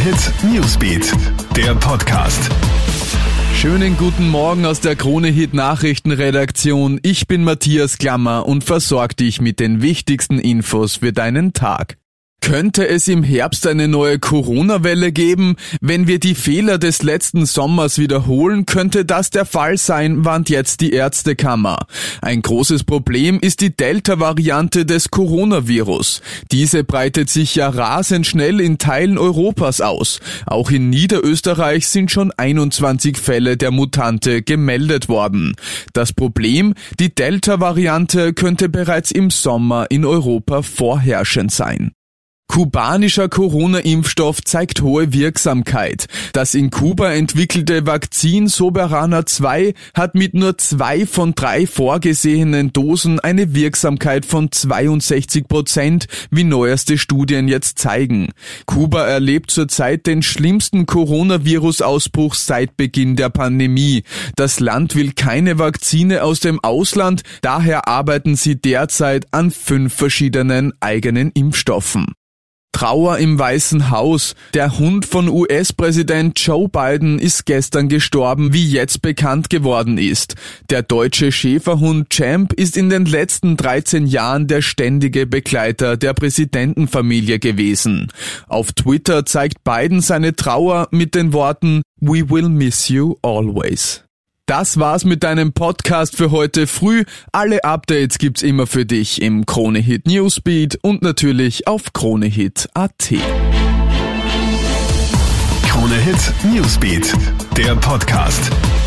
Hit Newsbeat, der Podcast. Schönen guten Morgen aus der Krone Hit Nachrichtenredaktion. Ich bin Matthias Klammer und versorge dich mit den wichtigsten Infos für deinen Tag. Könnte es im Herbst eine neue Corona-Welle geben? Wenn wir die Fehler des letzten Sommers wiederholen, könnte das der Fall sein, warnt jetzt die Ärztekammer. Ein großes Problem ist die Delta-Variante des Coronavirus. Diese breitet sich ja rasend schnell in Teilen Europas aus. Auch in Niederösterreich sind schon 21 Fälle der Mutante gemeldet worden. Das Problem, die Delta-Variante könnte bereits im Sommer in Europa vorherrschend sein. Kubanischer Corona-Impfstoff zeigt hohe Wirksamkeit. Das in Kuba entwickelte Vakzin Soberana 2 hat mit nur 2 von 3 vorgesehenen Dosen eine Wirksamkeit von 62%, wie neueste Studien jetzt zeigen. Kuba erlebt zurzeit den schlimmsten Coronavirus-Ausbruch seit Beginn der Pandemie. Das Land will keine Vakzine aus dem Ausland, daher arbeiten sie derzeit an 5 verschiedenen eigenen Impfstoffen. Trauer im Weißen Haus. Der Hund von US-Präsident Joe Biden ist gestern gestorben, wie jetzt bekannt geworden ist. Der deutsche Schäferhund Champ ist in den letzten 13 Jahren der ständige Begleiter der Präsidentenfamilie gewesen. Auf Twitter zeigt Biden seine Trauer mit den Worten "We will miss you always". Das war's mit deinem Podcast für heute früh. Alle Updates gibt's immer für dich im Krone Hit Newsbeat und natürlich auf kronehit.at. Krone Hit Newsbeat, der Podcast.